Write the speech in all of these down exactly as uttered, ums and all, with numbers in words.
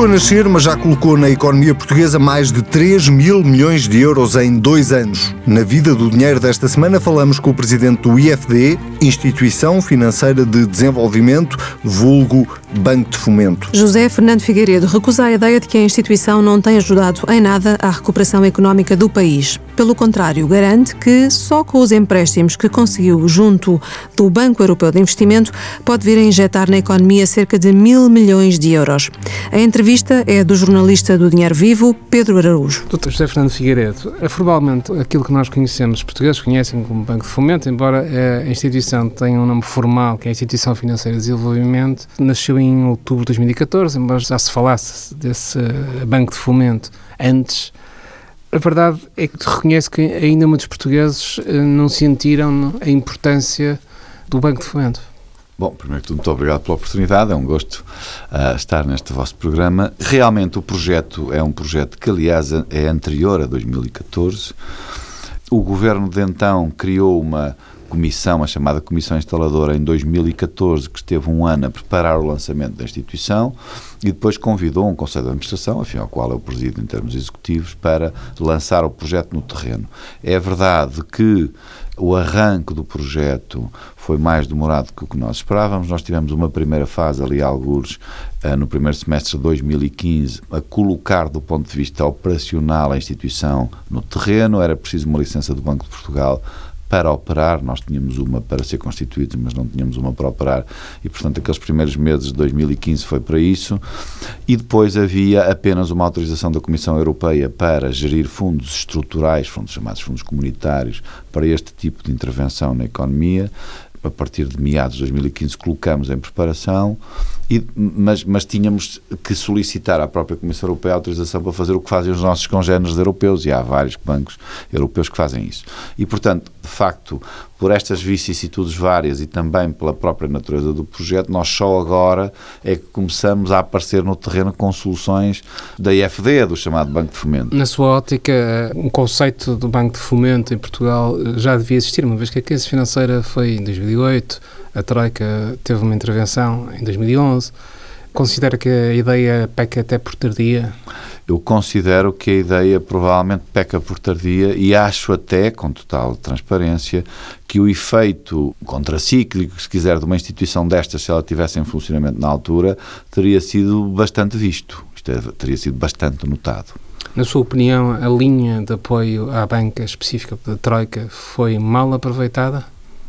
nascer, mas já colocou na economia portuguesa mais de três mil milhões de euros em dois anos. Na Vida do Dinheiro desta semana falamos com o presidente do I F D, Instituição Financeira de Desenvolvimento, vulgo Banco de Fomento. José Fernando Figueiredo recusa a ideia de que a instituição não tem ajudado em nada à recuperação económica do país. Pelo contrário, garante que só com os empréstimos que conseguiu junto do Banco Europeu de Investimento pode vir a injetar na economia cerca de mil milhões de euros. A entrevista é do jornalista do Dinheiro Vivo, Pedro Araújo. doutor José Fernando Figueiredo, é formalmente aquilo que nós conhecemos, os portugueses conhecem como Banco de Fomento, embora a instituição tenha um nome formal, que é a Instituição Financeira de Desenvolvimento, nasceu em outubro de dois mil e catorze, embora já se falasse desse Banco de Fomento antes. A verdade é que reconhece que ainda muitos portugueses não sentiram a importância do Banco de Fomento. Bom, primeiro que tudo, muito obrigado pela oportunidade, é um gosto uh, estar neste vosso programa. Realmente o projeto é um projeto que, aliás, é anterior a dois mil e catorze. O governo de então criou uma comissão, a chamada Comissão Instaladora, em dois mil e catorze, que esteve um ano a preparar o lançamento da instituição e depois convidou um Conselho de Administração, afim ao qual eu presido em termos executivos, para lançar o projeto no terreno. É verdade que o arranque do projeto foi mais demorado que o que nós esperávamos. Nós tivemos uma primeira fase ali, algures, no primeiro semestre de dois mil e quinze, a colocar do ponto de vista operacional a instituição no terreno. Era preciso uma licença do Banco de Portugal para operar, nós tínhamos uma para ser constituídos, mas não tínhamos uma para operar, e portanto aqueles primeiros meses de dois mil e quinze foi para isso, e depois havia apenas uma autorização da Comissão Europeia para gerir fundos estruturais, fundos chamados fundos comunitários, para este tipo de intervenção na economia. A partir de meados de dois mil e quinze colocamos em preparação, e, mas, mas tínhamos que solicitar à própria Comissão Europeia a autorização para fazer o que fazem os nossos congéneres europeus, e há vários bancos europeus que fazem isso. E, portanto, de facto, por estas vicissitudes várias e também pela própria natureza do projeto, nós só agora é que começamos a aparecer no terreno com soluções da I F D, do chamado Banco de Fomento. Na sua ótica, um conceito do Banco de Fomento em Portugal já devia existir, uma vez que a crise financeira foi em dois mil e oito, a Troika teve uma intervenção em dois mil e onze. Considera que a ideia peca até por tardia? Eu considero que a ideia provavelmente peca por tardia, e acho até, com total transparência, que o efeito contracíclico, se quiser, de uma instituição destas, se ela estivesse em funcionamento na altura, teria sido bastante visto. Isto é, teria sido bastante notado. Na sua opinião, a linha de apoio à banca específica da Troika foi mal aproveitada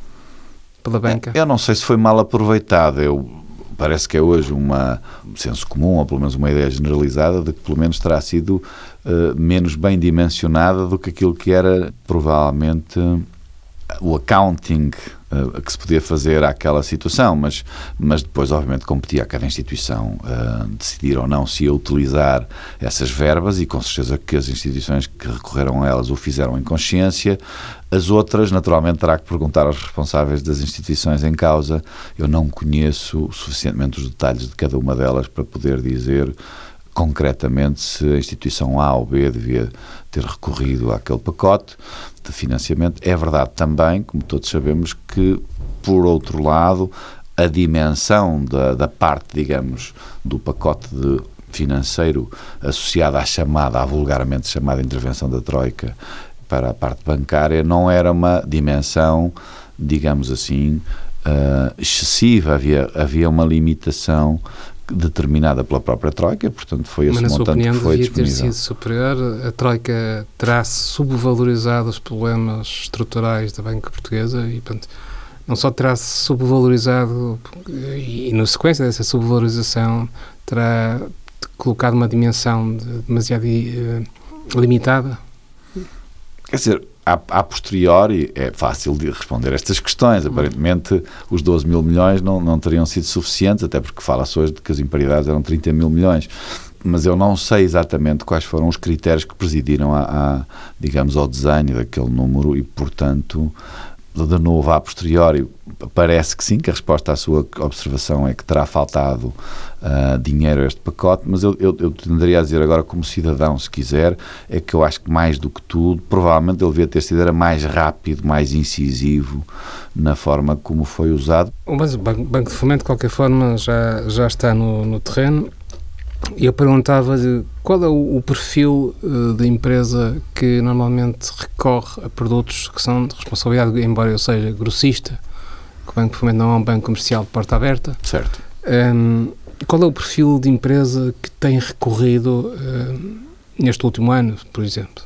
pela banca? Eu não sei se foi mal aproveitada. Eu Parece que é hoje uma, um senso comum, ou pelo menos uma ideia generalizada, de que pelo menos terá sido uh, menos bem dimensionada do que aquilo que era provavelmente uh, o accounting uh, que se podia fazer àquela situação, mas, mas depois obviamente competia a cada instituição uh, decidir ou não se ia utilizar essas verbas, e com certeza que as instituições que recorreram a elas o fizeram em consciência. As outras, naturalmente, terá que perguntar aos responsáveis das instituições em causa. Eu não conheço suficientemente os detalhes de cada uma delas para poder dizer concretamente se a instituição A ou B devia ter recorrido àquele pacote de financiamento. É verdade também, como todos sabemos, que, por outro lado, a dimensão da, da parte, digamos, do pacote de financeiro associada à chamada, à vulgarmente chamada intervenção da Troika para a parte bancária, não era uma dimensão, digamos assim, uh, excessiva. Havia, havia uma limitação determinada pela própria Troika, portanto foi esse montante que foi disponível. Mas na sua opinião devia ter sido superior? A Troika terá subvalorizado os problemas estruturais da banca portuguesa e, portanto, não só terá subvalorizado e, na sequência dessa subvalorização, terá colocado uma dimensão demasiado uh, limitada? Quer dizer, a, a posteriori é fácil de responder estas questões. Aparentemente os doze mil milhões não, não teriam sido suficientes, até porque fala-se hoje de que as imparidades eram trinta mil milhões. Mas eu não sei exatamente quais foram os critérios que presidiram a, a, digamos, ao desenho daquele número e, portanto, de novo, a posteriori, parece que sim, que a resposta à sua observação é que terá faltado uh, dinheiro a este pacote, mas eu, eu, eu tenderia a dizer agora, como cidadão, se quiser, é que eu acho que mais do que tudo, provavelmente ele devia ter sido era mais rápido, mais incisivo na forma como foi usado. Mas o Banco de Fomento, de qualquer forma, já, já está no, no terreno. Eu perguntava-lhe qual é o, o perfil uh, da empresa que normalmente recorre a produtos que são de responsabilidade, embora eu seja grossista, que o Banco de Fomento não é um banco comercial de porta aberta. Certo. Um, qual é o perfil de empresa que tem recorrido uh, neste último ano, por exemplo?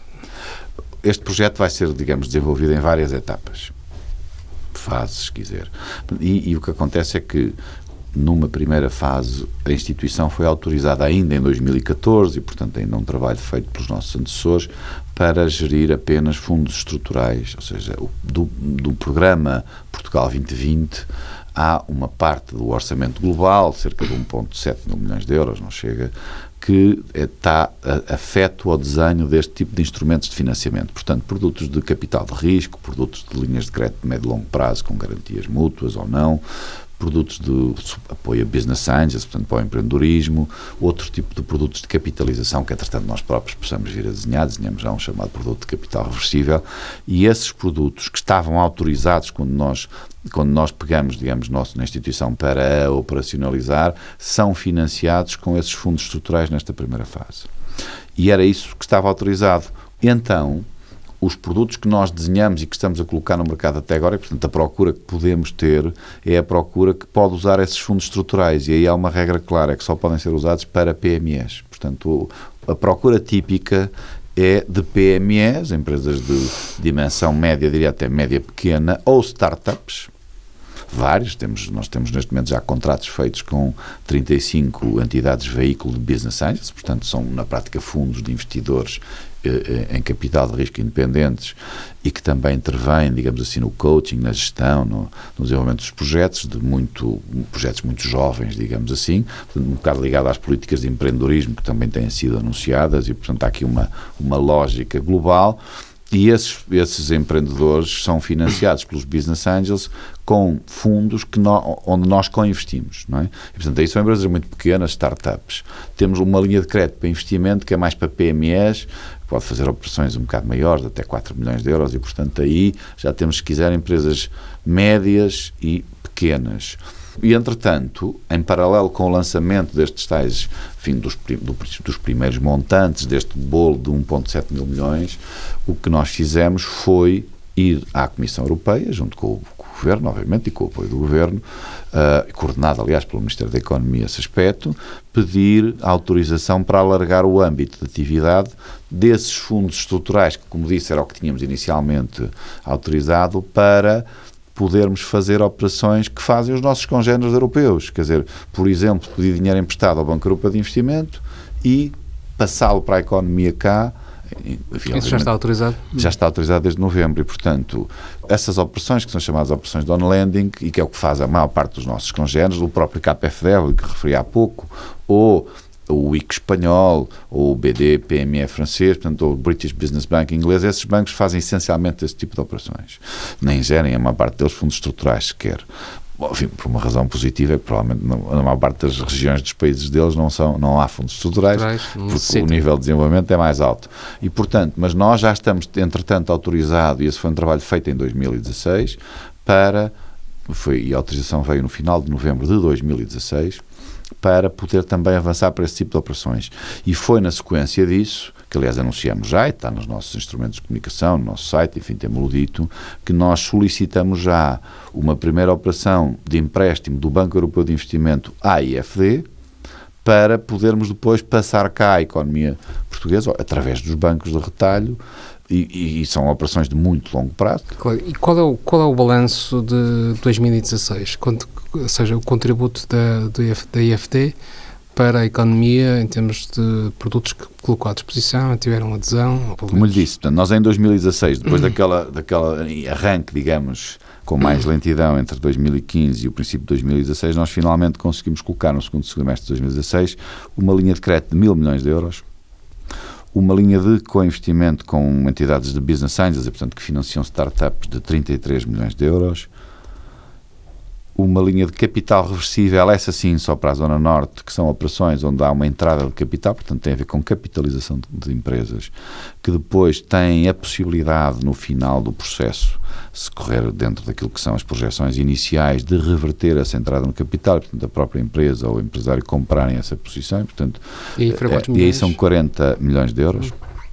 Este projeto vai ser, digamos, desenvolvido em várias etapas, fases, se quiser. E, e o que acontece é que, numa primeira fase, a instituição foi autorizada ainda em dois mil e catorze e, portanto, ainda um trabalho feito pelos nossos antecessores para gerir apenas fundos estruturais, ou seja, o, do, do programa Portugal vinte vinte há uma parte do orçamento global, cerca de um vírgula sete mil milhões de euros, não chega, que está afeto ao desenho deste tipo de instrumentos de financiamento. Portanto, produtos de capital de risco, produtos de linhas de crédito de médio e longo prazo com garantias mútuas ou não, produtos de apoio a business angels, portanto, para o empreendedorismo, outro tipo de produtos de capitalização que, entretanto, nós próprios possamos vir a desenhar, desenhamos já um chamado produto de capital reversível, e esses produtos que estavam autorizados quando nós, quando nós pegamos, digamos, nosso, na instituição para a operacionalizar, são financiados com esses fundos estruturais nesta primeira fase. E era isso que estava autorizado. Então, os produtos que nós desenhamos e que estamos a colocar no mercado até agora, e, portanto, a procura que podemos ter é a procura que pode usar esses fundos estruturais, e aí há uma regra clara, é que só podem ser usados para P M Es. Portanto, a procura típica é de P M Es, empresas de dimensão média, diria até média pequena, ou startups, vários, temos, nós temos neste momento já contratos feitos com trinta e cinco entidades veículo de business angels, portanto são na prática fundos de investidores eh, em capital de risco independentes e que também intervêm, digamos assim, no coaching, na gestão, no, no desenvolvimento dos projetos, de muito, projetos muito jovens, digamos assim, portanto, um bocado ligado às políticas de empreendedorismo que também têm sido anunciadas e, portanto, há aqui uma, uma lógica global. E esses, esses empreendedores são financiados pelos business angels com fundos que no, onde nós co-investimos, não é? E, portanto, aí são empresas muito pequenas, startups. Temos uma linha de crédito para investimento que é mais para P M Es, pode fazer operações um bocado maiores, até quatro milhões de euros, e, portanto, aí já temos, se quiser, empresas médias e pequenas. E, entretanto, em paralelo com o lançamento destes tais, enfim, dos, do, dos primeiros montantes deste bolo de um vírgula sete mil milhões, o que nós fizemos foi ir à Comissão Europeia, junto com o, com o Governo, obviamente, e com o apoio do Governo, uh, coordenado, aliás, pelo Ministério da Economia esse aspecto, pedir a autorização para alargar o âmbito de atividade desses fundos estruturais, que, como disse, era o que tínhamos inicialmente autorizado, para podermos fazer operações que fazem os nossos congéneres europeus. Quer dizer, por exemplo, pedir dinheiro emprestado ao Banco Europeu de Investimento e passá-lo para a economia cá. Enfim, isso já está autorizado? Já está autorizado desde novembro e, portanto, essas operações que são chamadas operações de on-lending e que é o que faz a maior parte dos nossos congéneres, o próprio K P F D, que referi há pouco, ou o I C espanhol, ou o B D P M E francês, portanto, ou o British Business Bank inglês, esses bancos fazem essencialmente esse tipo de operações. Nem gerem a maior parte deles fundos estruturais sequer. Bom, enfim, por uma razão positiva, é que provavelmente na maior parte das regiões dos países deles não, são, não há fundos estruturais, porque necessita. O nível de desenvolvimento é mais alto. E, portanto, mas nós já estamos, entretanto, autorizados, e esse foi um trabalho feito em dois mil e dezasseis, para, foi, e a autorização veio no final de novembro de dois mil e dezasseis, para poder também avançar para esse tipo de operações. E foi na sequência disso, que aliás anunciamos já, e está nos nossos instrumentos de comunicação, no nosso site, enfim, temos-lo dito, que nós solicitamos já uma primeira operação de empréstimo do Banco Europeu de Investimento à I F D, para podermos depois passar cá à economia portuguesa, através dos bancos de retalho, e, e são operações de muito longo prazo. E qual é o, qual é o balanço de dois mil e dezasseis? Quanto, ou seja, o contributo da, da I F D para a economia em termos de produtos que colocou à disposição, tiveram adesão? Como lhe disse, portanto, nós em dois mil e dezasseis, depois daquela, daquela arranque, digamos, com mais lentidão entre dois mil e quinze e o princípio de dois mil e dezasseis, nós finalmente conseguimos colocar no segundo semestre de dois mil e dezasseis uma linha de crédito de mil milhões de euros, uma linha de co-investimento com entidades de business angels, e, portanto, que financiam startups de trinta e três milhões de euros, uma linha de capital reversível, essa sim só para a Zona Norte, que são operações onde há uma entrada de capital, portanto tem a ver com capitalização de, de empresas, que depois têm a possibilidade no final do processo, se correr dentro daquilo que são as projeções iniciais, de reverter essa entrada no capital, portanto a própria empresa ou o empresário comprarem essa posição, portanto, e aí, é, e aí são quarenta milhões de euros.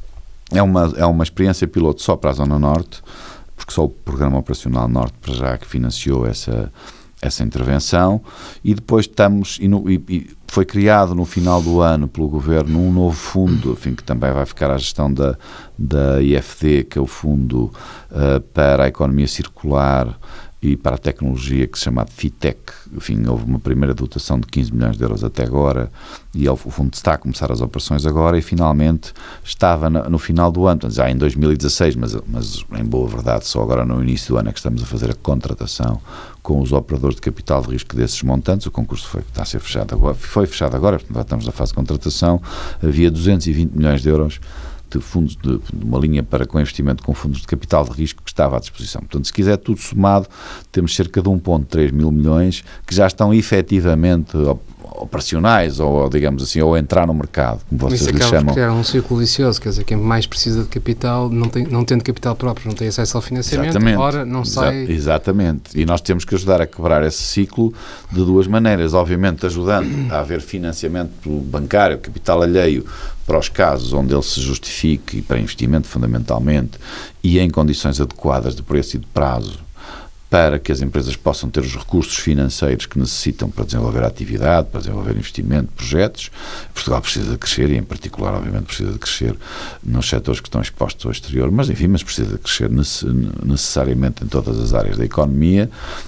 É uma, é uma experiência piloto só para a Zona Norte, porque só o Programa Operacional Norte para já que financiou essa essa intervenção, e depois estamos, e, no, e, e foi criado no final do ano pelo Governo um novo fundo, enfim, que também vai ficar à gestão da, da I F D, que é o Fundo uh, para a Economia Circular e para a Tecnologia, que se chama de FITEC. Enfim, houve uma primeira dotação de quinze milhões de euros até agora, e o fundo está a começar as operações agora, e finalmente estava no, no final do ano, já em dois mil e dezasseis, mas, mas em boa verdade só agora no início do ano é que estamos a fazer a contratação com os operadores de capital de risco desses montantes. O concurso foi, está a ser fechado agora, foi fechado agora, portanto já estamos na fase de contratação. Havia duzentos e vinte milhões de euros de fundos, de, de uma linha para com investimento com fundos de capital de risco que estava à disposição. Portanto, se quiser tudo somado, temos cerca de um vírgula três mil milhões que já estão efetivamente operacionais, ou digamos assim, ou entrar no mercado, como vocês lhe chamam. Isso acaba por criar um círculo vicioso, quer dizer, quem mais precisa de capital, não, tem, não tendo capital próprio, não tem acesso ao financiamento, exatamente, ora não sai... Exa- exatamente, e nós temos que ajudar a quebrar esse ciclo de duas maneiras, obviamente ajudando a haver financiamento bancário, capital alheio, para os casos onde ele se justifique, e para investimento fundamentalmente, e em condições adequadas de preço e de prazo, para que as empresas possam ter os recursos financeiros que necessitam para desenvolver a atividade, para desenvolver investimento, projetos. Portugal precisa de crescer, e em particular, obviamente, precisa de crescer nos setores que estão expostos ao exterior, mas enfim, mas precisa de crescer necessariamente em todas as áreas da economia.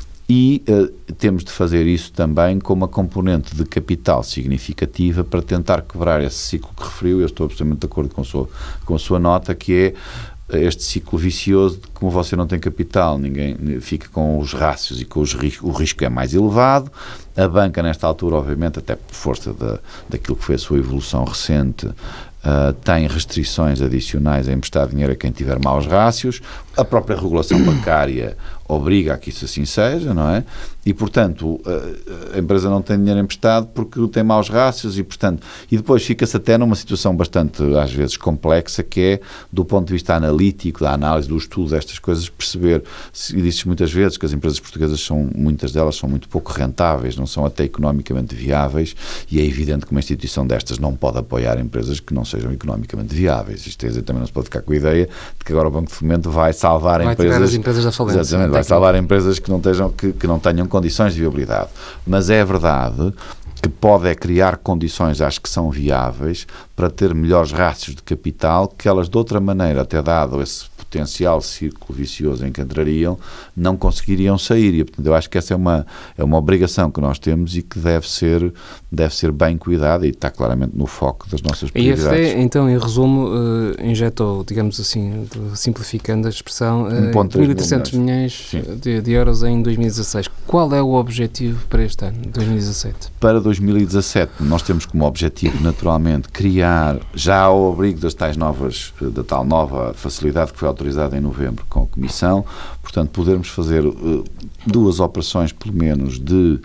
E uh, temos de fazer isso também com uma componente de capital significativa para tentar quebrar esse ciclo que referiu. Eu estou absolutamente de acordo com a sua, com a sua nota, que é este ciclo vicioso de que, como você não tem capital, ninguém fica com os rácios e com os riscos, o risco é mais elevado. A banca, nesta altura, obviamente, até por força da, daquilo que foi a sua evolução recente, Uh, tem restrições adicionais a emprestar dinheiro a quem tiver maus rácios. A própria regulação bancária obriga a que isso assim seja, não é? E, portanto, uh, a empresa não tem dinheiro emprestado porque tem maus rácios e, portanto, e depois fica-se até numa situação bastante, às vezes, complexa, que é, do ponto de vista analítico, da análise, do estudo destas coisas, perceber, e diz-se muitas vezes que as empresas portuguesas são, muitas delas são muito pouco rentáveis, não são até economicamente viáveis, e é evidente que uma instituição destas não pode apoiar empresas que não sejam economicamente viáveis. Isto é, também não se pode ficar com a ideia de que agora o Banco de Fomento vai salvar vai empresas... Vai tirar as empresas da falência. Exatamente, vai salvar empresas que não, estejam, que, que não tenham condições de viabilidade. Mas é verdade que pode é criar condições, acho que são viáveis, para ter melhores rácios de capital, que elas de outra maneira, até dado esse potencial círculo vicioso em que entrariam, não conseguiriam sair. E, portanto, eu acho que essa é uma, é uma obrigação que nós temos e que deve ser, deve ser bem cuidada, e está claramente no foco das nossas prioridades. A I F D, então, em resumo, uh, injetou, digamos assim, simplificando a expressão, uh, mil e trezentos milhões de, de euros em dois mil e dezasseis. Qual é o objetivo para este ano, dois mil e dezassete? Para dois mil e dezassete, nós temos como objetivo, naturalmente, criar, já ao abrigo das tais novas, da tal nova facilidade que foi autorizada em novembro com a Comissão, portanto, podermos fazer uh, duas operações, pelo menos, de,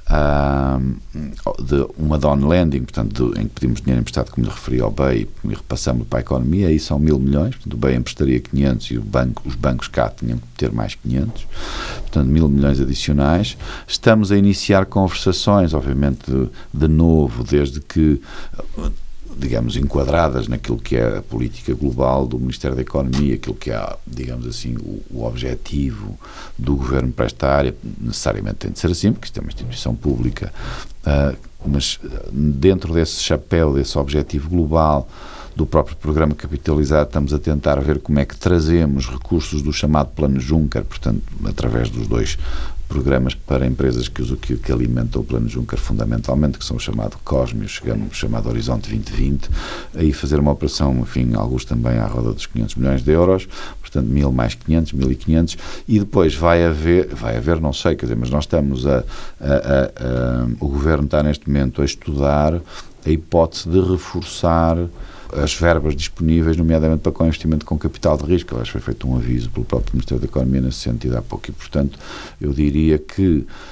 uh, de uma down lending, portanto, de, em que pedimos dinheiro emprestado, como lhe referi, ao B E I, e repassamos para a economia, aí são mil milhões, portanto, o B E I emprestaria quinhentos e o banco, os bancos cá tinham que ter mais quinhentos, portanto, mil milhões adicionais. Estamos a iniciar conversações, obviamente, de, de novo, desde que, digamos, enquadradas naquilo que é a política global do Ministério da Economia, aquilo que é, digamos assim, o, o objetivo do Governo para esta área. Necessariamente tem de ser assim, porque isto é uma instituição pública, uh, mas dentro desse chapéu, desse objetivo global do próprio programa capitalizado, estamos a tentar ver como é que trazemos recursos do chamado Plano Juncker, portanto, através dos dois programas para empresas que, que, que alimentam o Plano Juncker fundamentalmente, que são o chamado COSME, o chamado Horizonte vinte vinte, aí fazer uma operação, enfim, alguns também à roda dos quinhentos milhões de euros, portanto, mil mais quinhentos, mil e quinhentos, e depois vai haver, vai haver, não sei, quer dizer, mas nós estamos a, a, a, a o Governo está neste momento a estudar a hipótese de reforçar as verbas disponíveis, nomeadamente para com investimento com capital de risco. Aliás, foi feito um aviso pelo próprio Ministério da Economia nesse sentido há pouco, e, portanto, eu diria que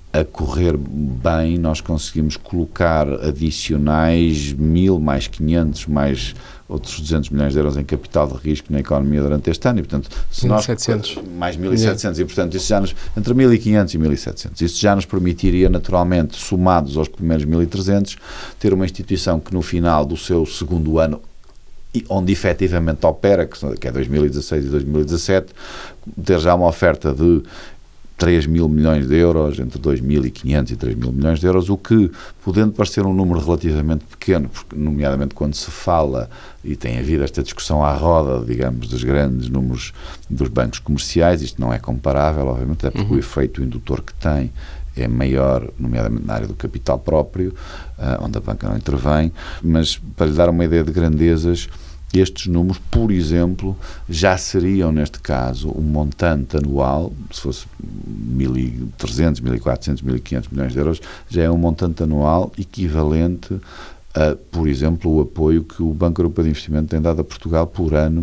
a correr bem, nós conseguimos colocar adicionais mil, mais quinhentos, mais outros duzentos milhões de euros em capital de risco na economia durante este ano, e portanto, se mil e nós, setecentos. mais mil e setecentos, e portanto, isso já nos, entre mil e quinhentos e mil e setecentos, isso já nos permitiria naturalmente, somados aos primeiros mil e trezentos, ter uma instituição que no final do seu segundo ano, e onde efetivamente opera, que é dois mil e dezasseis e dois mil e dezassete, ter já uma oferta de três mil milhões de euros, entre dois mil e quinhentos e três mil milhões de euros, o que, podendo parecer um número relativamente pequeno, porque, nomeadamente quando se fala, e tem havido esta discussão à roda, digamos, dos grandes números dos bancos comerciais, isto não é comparável, obviamente, é porque uhum. o efeito indutor que tem é maior, nomeadamente na área do capital próprio, uh, onde a banca não intervém, mas para lhe dar uma ideia de grandezas, estes números, por exemplo, já seriam, neste caso, um montante anual, se fosse mil e trezentos, mil e quatrocentos, mil e quinhentos milhões de euros, já é um montante anual equivalente a, por exemplo, o apoio que o Banco Europeu de Investimento tem dado a Portugal por ano,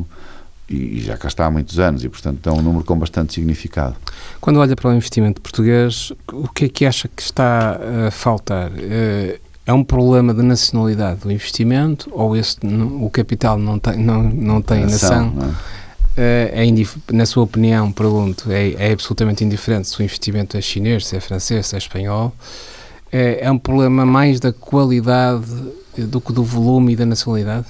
e já cá está há muitos anos, e portanto é um número com bastante significado. Quando olha para o investimento português, o que é que acha que está a faltar? É um problema de nacionalidade do investimento, ou esse, o capital não tem, não, não tem nação? Não é? É indif- na sua opinião, pergunto, é, é absolutamente indiferente se o investimento é chinês, se é francês, se é espanhol? É, é um problema mais da qualidade do que do volume e da nacionalidade?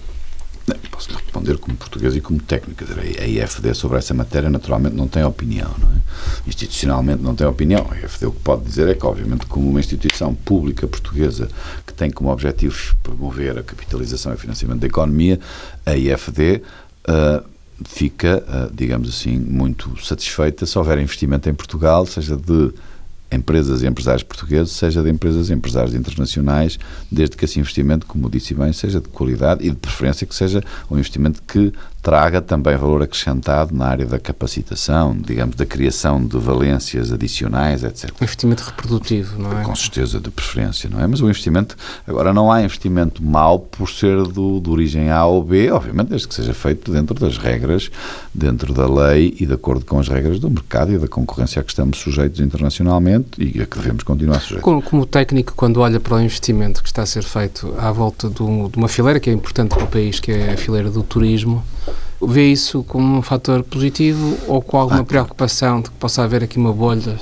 Não, posso responder como português e como técnico. A I F D sobre essa matéria naturalmente não tem opinião, não é? Institucionalmente não tem opinião. A I F D o que pode dizer é que, obviamente, como uma instituição pública portuguesa que tem como objetivo promover a capitalização e financiamento da economia, a I F D uh, fica, uh, digamos assim, muito satisfeita se houver investimento em Portugal, seja de empresas e empresários portugueses, seja de empresas e empresários internacionais, desde que esse investimento, como disse bem, seja de qualidade e de preferência que seja um investimento que traga também valor acrescentado na área da capacitação, digamos, da criação de valências adicionais, etcétera. Um investimento reprodutivo, não é? Com certeza, de preferência, não é? Mas o investimento, agora não há investimento mau por ser do, de origem A ou B, obviamente, desde que seja feito dentro das regras, dentro da lei e de acordo com as regras do mercado e da concorrência a que estamos sujeitos internacionalmente e a que devemos continuar sujeitos. Como, como técnico, quando olha para o investimento que está a ser feito à volta do, de uma fileira que é importante para o país, que é a fileira do turismo, vê isso como um fator positivo ou com alguma ah, preocupação de que possa haver aqui uma bolha?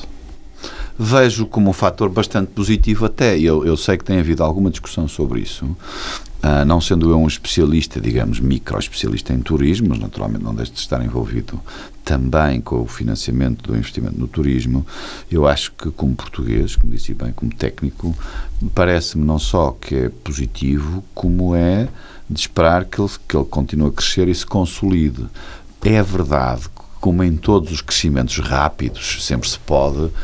Vejo como um fator bastante positivo até. Eu, eu sei que tem havido alguma discussão sobre isso. Uh, não sendo eu um especialista, digamos, micro-especialista em turismo, mas naturalmente não deixo de estar envolvido também com o financiamento do investimento no turismo, eu acho que como português, como disse bem, como técnico, parece-me não só que é positivo, como é de esperar que ele, que ele continue a crescer e se consolide. É verdade que, como em todos os crescimentos rápidos, sempre se pode, uh,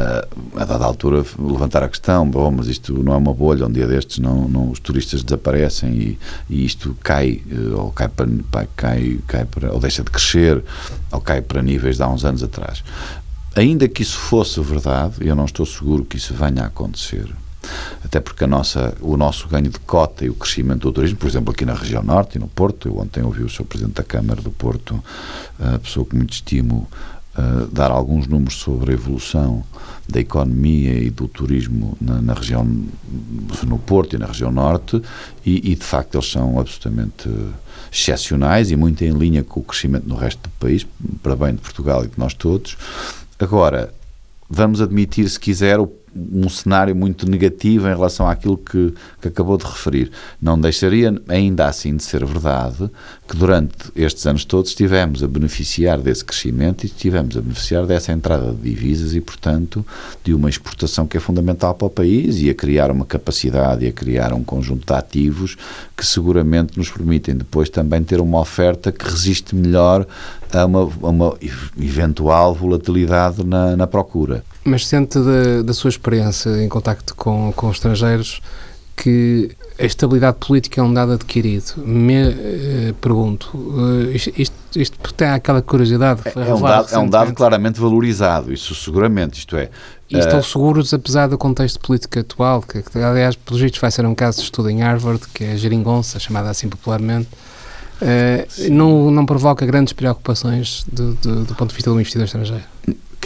a dada altura, levantar a questão, bom, mas isto não é uma bolha, um dia destes não, não, os turistas desaparecem e, e isto cai, uh, ou cai para, cai, cai para, ou deixa de crescer, ou cai para níveis de há uns anos atrás. Ainda que isso fosse verdade, eu não estou seguro que isso venha a acontecer, até porque a nossa, o nosso ganho de cota e o crescimento do turismo, por exemplo, aqui na região norte e no Porto, eu ontem ouvi o senhor Presidente da Câmara do Porto, a pessoa que muito estimo, uh, dar alguns números sobre a evolução da economia e do turismo na, na região, no Porto e na região norte, e, e de facto eles são absolutamente excepcionais e muito em linha com o crescimento no resto do país, para bem de Portugal e de nós todos. Agora, vamos admitir, se quiser, o um cenário muito negativo em relação àquilo que, que acabou de referir. Não deixaria ainda assim de ser verdade que durante estes anos todos estivemos a beneficiar desse crescimento e estivemos a beneficiar dessa entrada de divisas e, portanto, de uma exportação que é fundamental para o país e a criar uma capacidade e a criar um conjunto de ativos que seguramente nos permitem depois também ter uma oferta que resiste melhor a uma, a uma eventual volatilidade na, na procura. Mas sente da, da sua experiência em contacto com, com estrangeiros que a estabilidade política é um dado adquirido. Me eh, pergunto, eh, isto, isto, isto tem aquela curiosidade? É, é, um dado, é um dado claramente valorizado, isso seguramente, isto é. E estão uh, seguros, apesar do contexto político atual, que, que aliás, pelos vistos, vai ser um caso de estudo em Harvard, que é a geringonça, chamada assim popularmente, uh, não, não provoca grandes preocupações do, do, do ponto de vista do investidor estrangeiro? Quer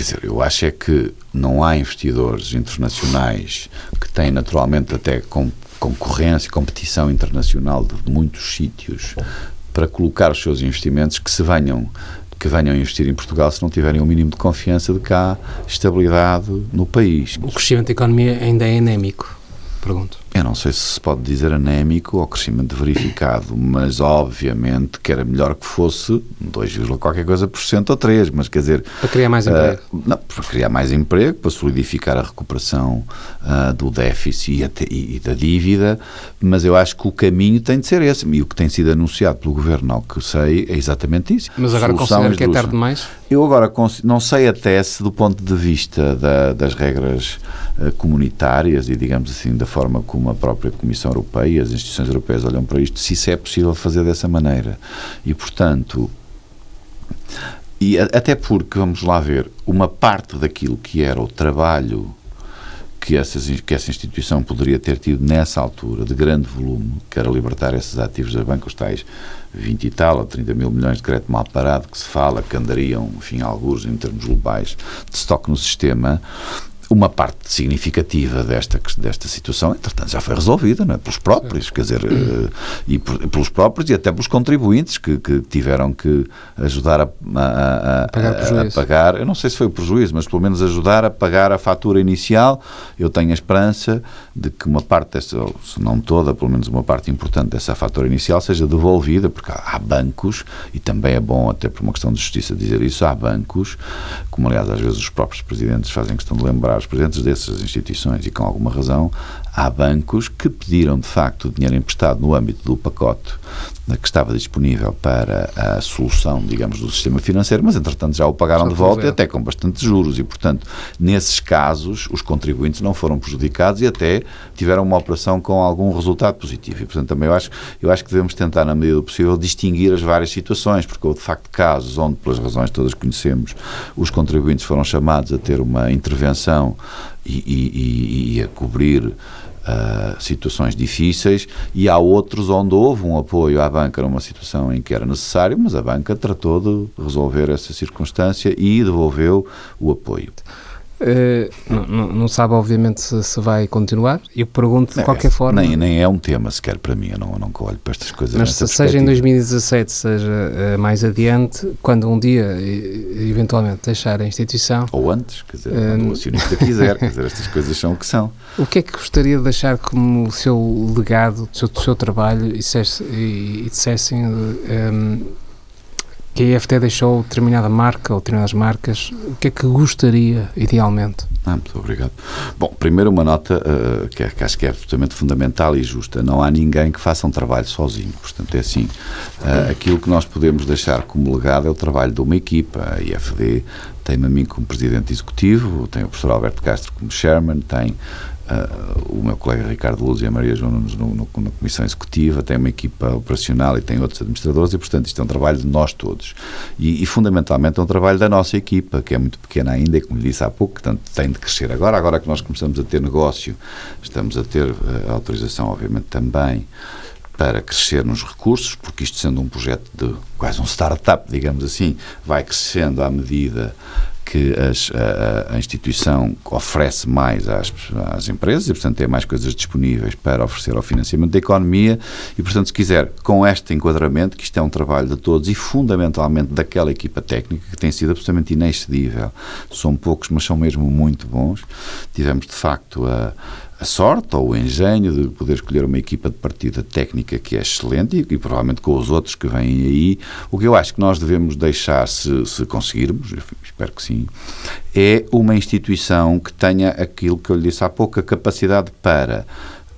dizer, eu acho é que não há investidores internacionais que têm naturalmente até com, concorrência e competição internacional de muitos sítios para colocar os seus investimentos que se venham que venham a investir em Portugal se não tiverem o um mínimo de confiança de que há estabilidade no país. O crescimento da economia ainda é anémico? Pergunto. Eu não sei se se pode dizer anémico ou crescimento verificado, mas obviamente que era melhor que fosse dois, qualquer coisa por cento ou três, mas quer dizer... Para criar mais emprego? Uh, não, para criar mais emprego, para solidificar a recuperação uh, do déficit e, até, e, e da dívida, mas eu acho que o caminho tem de ser esse, e o que tem sido anunciado pelo Governo, ao que sei, é exatamente isso. Mas agora considero que é tarde demais? Eu agora não sei até se do ponto de vista da, das regras uh, comunitárias e, digamos assim, da forma como a própria Comissão Europeia e as instituições europeias olham para isto, se isso é possível fazer dessa maneira. E, portanto, e a, até porque, vamos lá ver, uma parte daquilo que era o trabalho que, essas, que essa instituição poderia ter tido nessa altura, de grande volume, que era libertar esses ativos das bancas, os tais vinte e tal ou trinta mil milhões de crédito mal parado, que se fala, que andariam, enfim, alguns em termos globais, de estoque no sistema. Uma parte significativa desta, desta situação, entretanto, já foi resolvida, não é? Pelos próprios, quer dizer, uh, e por, pelos próprios e até pelos contribuintes que, que tiveram que ajudar a, a, a, pagar a, a pagar, eu não sei se foi o prejuízo, mas pelo menos ajudar a pagar a fatura inicial. Eu tenho a esperança de que uma parte dessa, ou se não toda, pelo menos uma parte importante dessa fatura inicial seja devolvida, porque há, há bancos, e também é bom até por uma questão de justiça dizer isso, há bancos, como aliás às vezes os próprios presidentes fazem questão de lembrar, os presidentes dessas instituições, e com alguma razão, há bancos que pediram de facto o dinheiro emprestado no âmbito do pacote que estava disponível para a solução, digamos, do sistema financeiro, mas entretanto já o pagaram já de volta e até com bastante juros, e portanto nesses casos os contribuintes não foram prejudicados e até tiveram uma operação com algum resultado positivo, e portanto também eu acho, eu acho que devemos tentar na medida do possível distinguir as várias situações, porque houve de facto casos onde, pelas razões todas que conhecemos, os contribuintes foram chamados a ter uma intervenção e, e, e a cobrir Uh, situações difíceis, e há outros onde houve um apoio à banca numa situação em que era necessário, mas a banca tratou de resolver essa circunstância e devolveu o apoio. Uh, não, não sabe obviamente se, se vai continuar. Eu pergunto de é, qualquer forma, nem, nem é um tema sequer para mim, eu não, não olho para estas coisas, mas seja em dois mil e dezassete, seja uh, mais adiante, quando um dia eventualmente deixar a instituição, ou antes, quer dizer, uh, quando o acionista quiser, quer dizer, estas coisas são o que são. O que é que gostaria de deixar como o seu legado, do seu, do seu trabalho, e, dissesse, e, e dissessem um, que a I F T deixou determinada marca ou determinadas marcas, o que é que gostaria, idealmente? Ah, muito obrigado. Bom, primeiro uma nota uh, que, é, que acho que é absolutamente fundamental e justa. Não há ninguém que faça um trabalho sozinho. Portanto, é assim, uh, aquilo que nós podemos deixar como legado é o trabalho de uma equipa. A I F D tem-me a mim como Presidente Executivo, tem o professor Alberto Castro como Chairman, tem Uh, o meu colega Ricardo Luz e a Maria João Nunes no, no, na Comissão Executiva, tem uma equipa operacional e tem outros administradores, e portanto isto é um trabalho de nós todos e, e fundamentalmente é um trabalho da nossa equipa, que é muito pequena ainda e, como lhe disse há pouco, portanto tem de crescer agora, agora que nós começamos a ter negócio, estamos a ter uh, autorização obviamente também para crescer nos recursos, porque isto sendo um projeto de quase um startup, digamos assim, vai crescendo à medida que as, a, a instituição oferece mais às, às empresas e, portanto, tem mais coisas disponíveis para oferecer ao financiamento da economia e, portanto, se quiser, com este enquadramento, que isto é um trabalho de todos e, fundamentalmente, daquela equipa técnica que tem sido absolutamente inexcedível. São poucos, mas são mesmo muito bons. Tivemos, de facto, a a sorte ou o engenho de poder escolher uma equipa de partida técnica que é excelente e, e provavelmente com os outros que vêm aí. O que eu acho que nós devemos deixar, se, se conseguirmos, espero que sim, é uma instituição que tenha aquilo que eu lhe disse há pouco, a capacidade para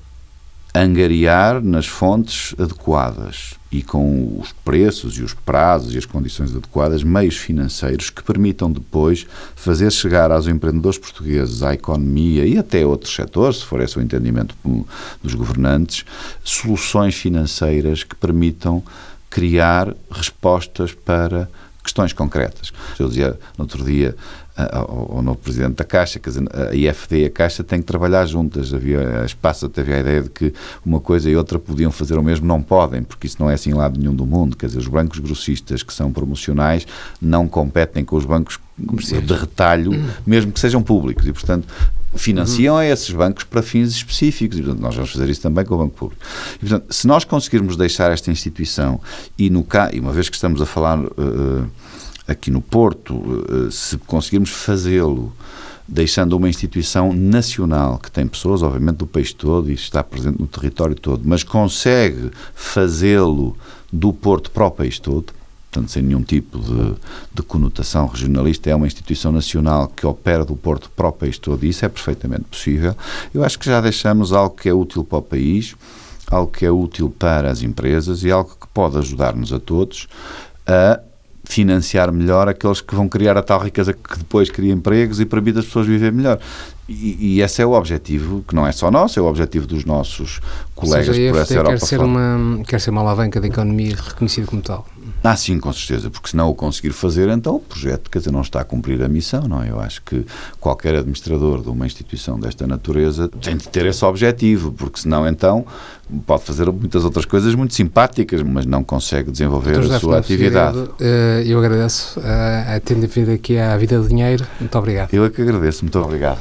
angariar nas fontes adequadas e com os preços e os prazos e as condições adequadas, meios financeiros que permitam depois fazer chegar aos empreendedores portugueses, à economia e até a outros setores, se for esse o entendimento dos governantes, soluções financeiras que permitam criar respostas para questões concretas. Eu dizia no outro dia ao, ao novo presidente da Caixa, quer dizer, a I F D e a Caixa têm que trabalhar juntas. Havia espaço, até havia a ideia de que uma coisa e outra podiam fazer o mesmo, não podem, porque isso não é assim em lado nenhum do mundo. Quer dizer, os bancos grossistas que são promocionais não competem com os bancos de retalho, mesmo que sejam públicos, e portanto financiam uhum. a esses bancos para fins específicos, e portanto nós vamos fazer isso também com o Banco Público. E, portanto, se nós conseguirmos deixar esta instituição, e, no, e uma vez que estamos a falar uh, aqui no Porto, uh, se conseguirmos fazê-lo deixando uma instituição nacional, que tem pessoas, obviamente, do país todo e está presente no território todo, mas consegue fazê-lo do Porto para o país todo, portanto, sem nenhum tipo de, de conotação regionalista, é uma instituição nacional que opera do Porto para o país todo, e isso é perfeitamente possível. Eu acho que já deixamos algo que é útil para o país, algo que é útil para as empresas e algo que pode ajudar-nos a todos a financiar melhor aqueles que vão criar a tal riqueza que depois cria empregos e permite as pessoas viver melhor. E, e esse é o objetivo, que não é só nosso, é o objetivo dos nossos colegas por essa Europa quer ser uma Quer ser uma alavanca da economia reconhecida como tal. Ah, sim, com certeza, porque se não o conseguir fazer, então o projeto, quer dizer, não está a cumprir a missão, não é? Eu acho que qualquer administrador de uma instituição desta natureza tem de ter esse objetivo, porque senão, então, pode fazer muitas outras coisas muito simpáticas, mas não consegue desenvolver Doutor a sua atividade. Eu agradeço a ter vindo aqui à Vida do Dinheiro. Muito obrigado. Eu é que agradeço. Muito obrigado.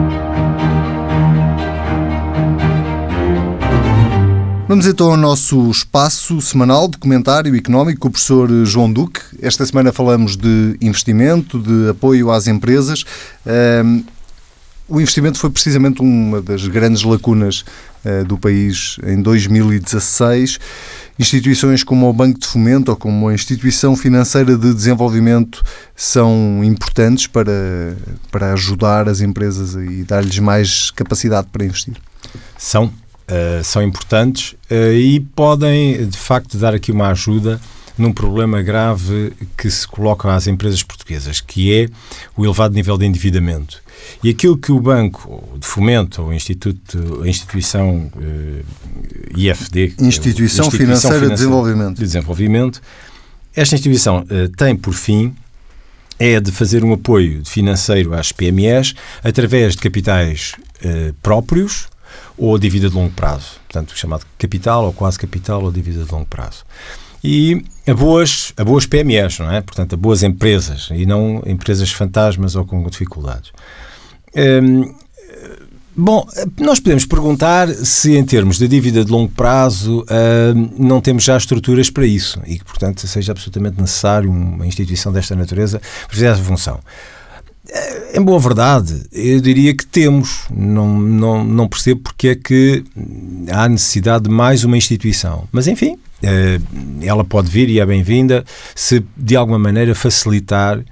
Vamos então ao nosso espaço semanal de comentário económico com o professor João Duque. Esta semana falamos de investimento, de apoio às empresas. Um, o investimento foi precisamente uma das grandes lacunas uh, do país em dois mil e dezasseis. Instituições como o Banco de Fomento ou como a Instituição Financeira de Desenvolvimento são importantes para, para ajudar as empresas e dar-lhes mais capacidade para investir. São. Uh, são importantes uh, e podem, de facto, dar aqui uma ajuda num problema grave que se coloca às empresas portuguesas, que é o elevado nível de endividamento. E aquilo que o Banco de Fomento, ou o Instituto, a Instituição uh, I F D, Instituição, é Instituição Financeira, Financeira de Desenvolvimento, de Desenvolvimento, esta instituição uh, tem por fim é de fazer um apoio financeiro às P M Es através de capitais uh, próprios, ou dívida de longo prazo, portanto, chamado capital ou quase capital ou dívida de longo prazo. E a boas, a boas P M Es, não é? Portanto, a boas empresas e não empresas fantasmas ou com dificuldades. Hum, bom, nós podemos perguntar se em termos de dívida de longo prazo hum, não temos já estruturas para isso e que, portanto, seja absolutamente necessário uma instituição desta natureza para fazer essa função. Em boa verdade, eu diria que temos. Não, não, não percebo porque é que há necessidade de mais uma instituição. Mas, enfim, ela pode vir e é bem-vinda se, de alguma maneira, facilitar,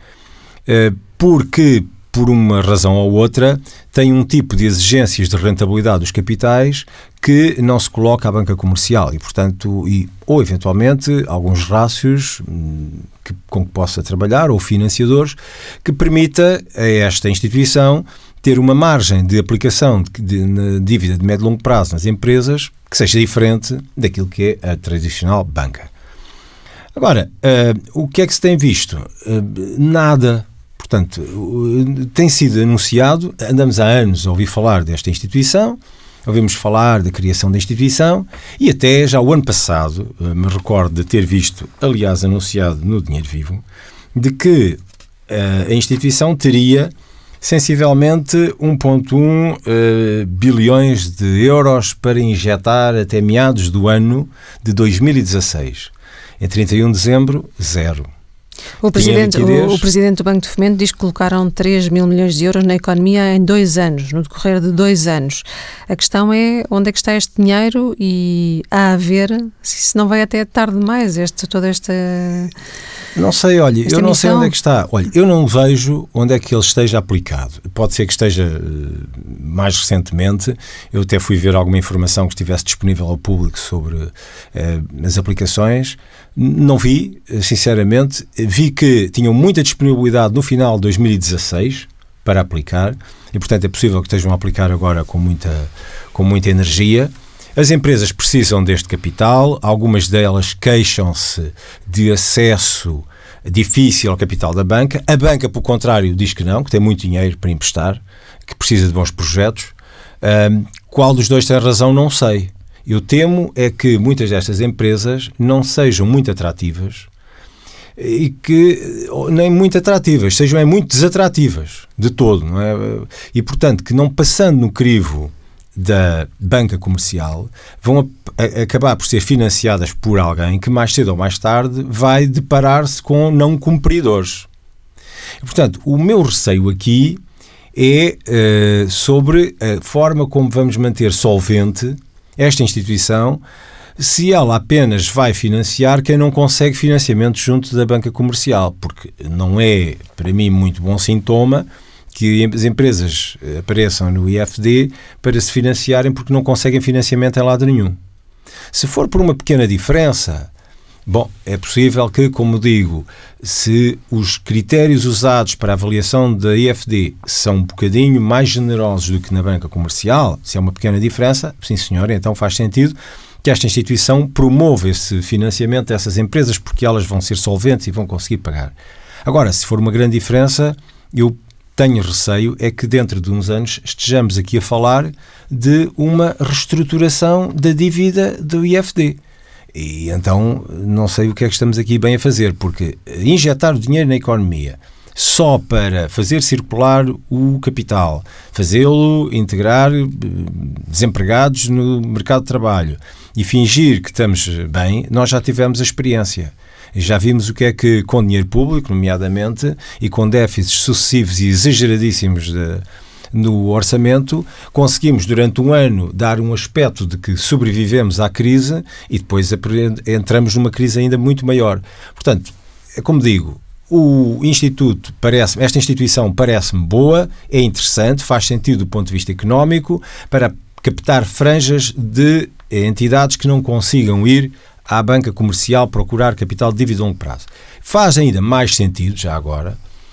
porque, por uma razão ou outra, tem um tipo de exigências de rentabilidade dos capitais que não se coloca à banca comercial e, portanto, e, ou, eventualmente, alguns rácios que, com que possa trabalhar, ou financiadores, que permita a esta instituição ter uma margem de aplicação de, de, de dívida de médio e longo prazo nas empresas que seja diferente daquilo que é a tradicional banca. Agora, uh, o que é que se tem visto? Uh, nada. Portanto, uh, tem sido anunciado, andamos há anos a ouvir falar desta instituição, ouvimos falar da criação da instituição e até já o ano passado, uh, me recordo de ter visto, aliás, anunciado no Dinheiro Vivo, de que uh, a instituição teria sensivelmente um vírgula um uh, bilhões de euros para injetar até meados do ano de dois mil e dezasseis. Em trinta e um de dezembro, zero. O presidente, o, o presidente do Banco de Fomento diz que colocaram três mil milhões de euros na economia em dois anos, no decorrer de dois anos. A questão é onde é que está este dinheiro e a haver, se não vai até tarde demais, este, toda esta... Não sei, olha, eu não sei onde é que está. Olha, eu não vejo onde é que ele esteja aplicado. Pode ser que esteja uh, mais recentemente. Eu até fui ver alguma informação que estivesse disponível ao público sobre uh, as aplicações. Não vi, sinceramente. Vi que tinham muita disponibilidade no final de dois mil e dezasseis para aplicar e, portanto, é possível que estejam a aplicar agora com muita, com muita energia. As empresas precisam deste capital, algumas delas queixam-se de acesso difícil ao capital da banca. A banca, por contrário, diz que não, que tem muito dinheiro para emprestar, que precisa de bons projetos. Um, qual dos dois tem razão, não sei. Eu temo é que muitas destas empresas não sejam muito atrativas e que, nem muito atrativas, sejam é, muito desatrativas, de todo, não é? E, portanto, que não passando no crivo da banca comercial, vão a, a, acabar por ser financiadas por alguém que mais cedo ou mais tarde vai deparar-se com não cumpridores. E, portanto, o meu receio aqui é uh, sobre a forma como vamos manter solvente esta instituição, se ela apenas vai financiar quem não consegue financiamento junto da banca comercial, porque não é, para mim, muito bom sintoma que as empresas apareçam no I F D para se financiarem porque não conseguem financiamento em lado nenhum. Se for por uma pequena diferença, bom, é possível que, como digo, se os critérios usados para a avaliação da I F D são um bocadinho mais generosos do que na banca comercial, se é uma pequena diferença, sim senhor, então faz sentido que esta instituição promova esse financiamento dessas empresas porque elas vão ser solventes e vão conseguir pagar. Agora, se for uma grande diferença, eu tenho receio é que dentro de uns anos estejamos aqui a falar de uma reestruturação da dívida do I F D. E então não sei o que é que estamos aqui bem a fazer, porque injetar o dinheiro na economia só para fazer circular o capital, fazê-lo integrar desempregados no mercado de trabalho e fingir que estamos bem, nós já tivemos a experiência. Já vimos o que é que, com dinheiro público, nomeadamente, e com déficits sucessivos e exageradíssimos de, no orçamento, conseguimos, durante um ano, dar um aspecto de que sobrevivemos à crise e depois entramos numa crise ainda muito maior. Portanto, é como digo, o Instituto parece, esta instituição parece-me boa, é interessante, faz sentido do ponto de vista económico, para captar franjas de entidades que não consigam ir à banca comercial procurar capital de dívida a longo prazo. Faz ainda mais sentido, já agora,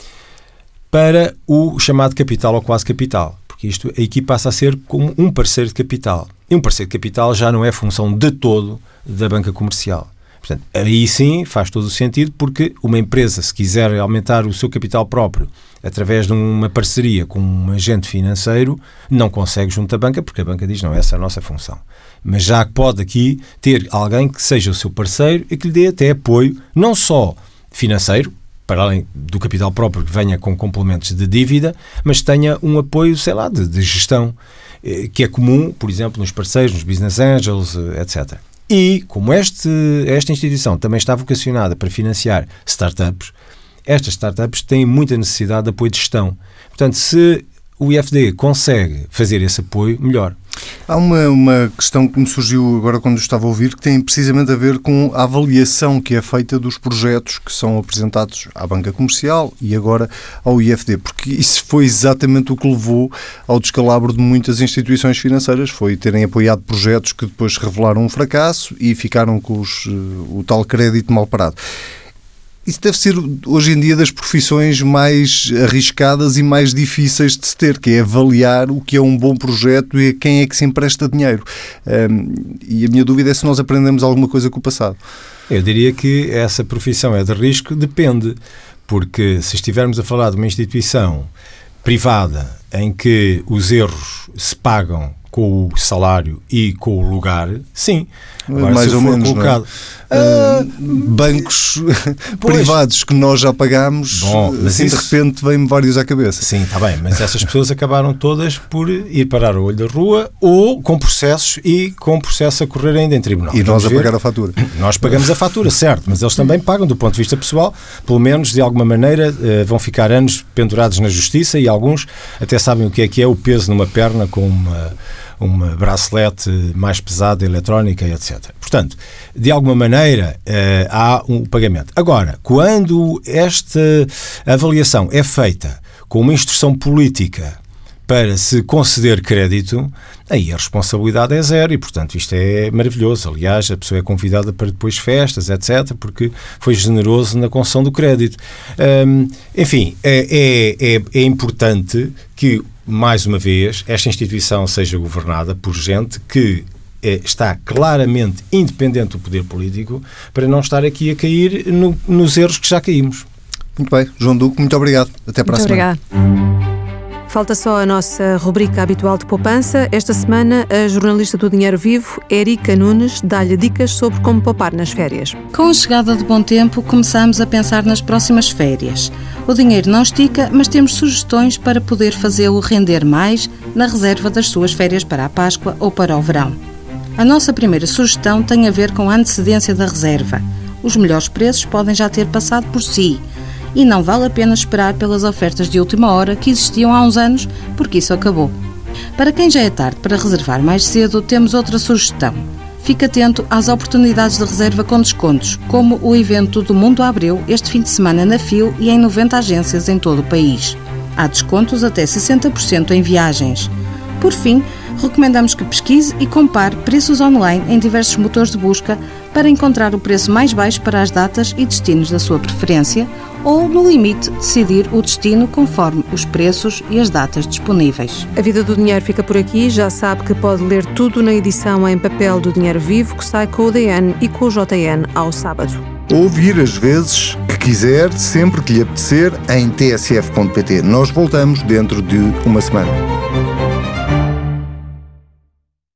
para o chamado capital ou quase capital, porque isto aqui passa a ser como um parceiro de capital. E um parceiro de capital já não é função de todo da banca comercial. Portanto, aí sim faz todo o sentido, porque uma empresa, se quiser aumentar o seu capital próprio através de uma parceria com um agente financeiro, não consegue junto à banca, porque a banca diz, não, essa é a nossa função. Mas já pode aqui ter alguém que seja o seu parceiro e que lhe dê até apoio, não só financeiro, para além do capital próprio que venha com complementos de dívida, mas tenha um apoio, sei lá, de, de gestão, que é comum, por exemplo, nos parceiros, nos business angels, etcétera. E, como este, esta instituição também está vocacionada para financiar startups, estas startups têm muita necessidade de apoio de gestão. Portanto, se o I F D consegue fazer esse apoio, melhor. Há uma, uma questão que me surgiu agora quando estava a ouvir, que tem precisamente a ver com a avaliação que é feita dos projetos que são apresentados à banca comercial e agora ao I F D, porque isso foi exatamente o que levou ao descalabro de muitas instituições financeiras, foi terem apoiado projetos que depois revelaram um fracasso e ficaram com os, o tal crédito mal parado. Isso deve ser, hoje em dia, das profissões mais arriscadas e mais difíceis de se ter, que é avaliar o que é um bom projeto e a quem é que se empresta dinheiro. Um, e a minha dúvida é se nós aprendemos alguma coisa com o passado. Eu diria que essa profissão é de risco, depende, porque se estivermos a falar de uma instituição privada em que os erros se pagam com o salário e com o lugar, sim. Agora, mais se ou for menos, colocado, não é? uh, bancos privados que nós já pagámos, bom, mas assim isso, de repente vem-me vários à cabeça. Sim, está bem, mas essas pessoas acabaram todas por ir parar ao olho da rua ou com processos e com processo a correr ainda em tribunal. E nós a pagar a fatura. Nós pagamos a fatura, certo, mas eles também pagam do ponto de vista pessoal, pelo menos de alguma maneira vão ficar anos pendurados na justiça e alguns até sabem o que é que é o peso numa perna com uma uma bracelete mais pesada, eletrónica, etcétera. Portanto, de alguma maneira, eh, há um pagamento. Agora, quando esta avaliação é feita com uma instrução política para se conceder crédito, aí a responsabilidade é zero e, portanto, isto é maravilhoso. Aliás, a pessoa é convidada para depois festas, etcétera, porque foi generoso na concessão do crédito. Hum, enfim, é, é, é importante que, mais uma vez, esta instituição seja governada por gente que é, está claramente independente do poder político, para não estar aqui a cair no, nos erros que já caímos. Muito bem. João Duque, muito obrigado. Até para muito a semana. Obrigada. Falta só a nossa rubrica habitual de poupança. Esta semana, a jornalista do Dinheiro Vivo, Érica Nunes, dá-lhe dicas sobre como poupar nas férias. Com a chegada de bom tempo, começamos a pensar nas próximas férias. O dinheiro não estica, mas temos sugestões para poder fazê-lo render mais na reserva das suas férias para a Páscoa ou para o verão. A nossa primeira sugestão tem a ver com a antecedência da reserva. Os melhores preços podem já ter passado por si. E não vale a pena esperar pelas ofertas de última hora que existiam há uns anos, porque isso acabou. Para quem já é tarde para reservar mais cedo, temos outra sugestão. Fique atento às oportunidades de reserva com descontos, como o evento do Mundo Abreu este fim de semana na F I L e em noventa agências em todo o país. Há descontos até sessenta por cento em viagens. Por fim, recomendamos que pesquise e compare preços online em diversos motores de busca para encontrar o preço mais baixo para as datas e destinos da sua preferência ou, no limite, decidir o destino conforme os preços e as datas disponíveis. A Vida do Dinheiro fica por aqui. Já sabe que pode ler tudo na edição em papel do Dinheiro Vivo, que sai com o D N e com o J N ao sábado. Ouvir as vezes que quiser, sempre que lhe apetecer, em t s f ponto p t. Nós voltamos dentro de uma semana.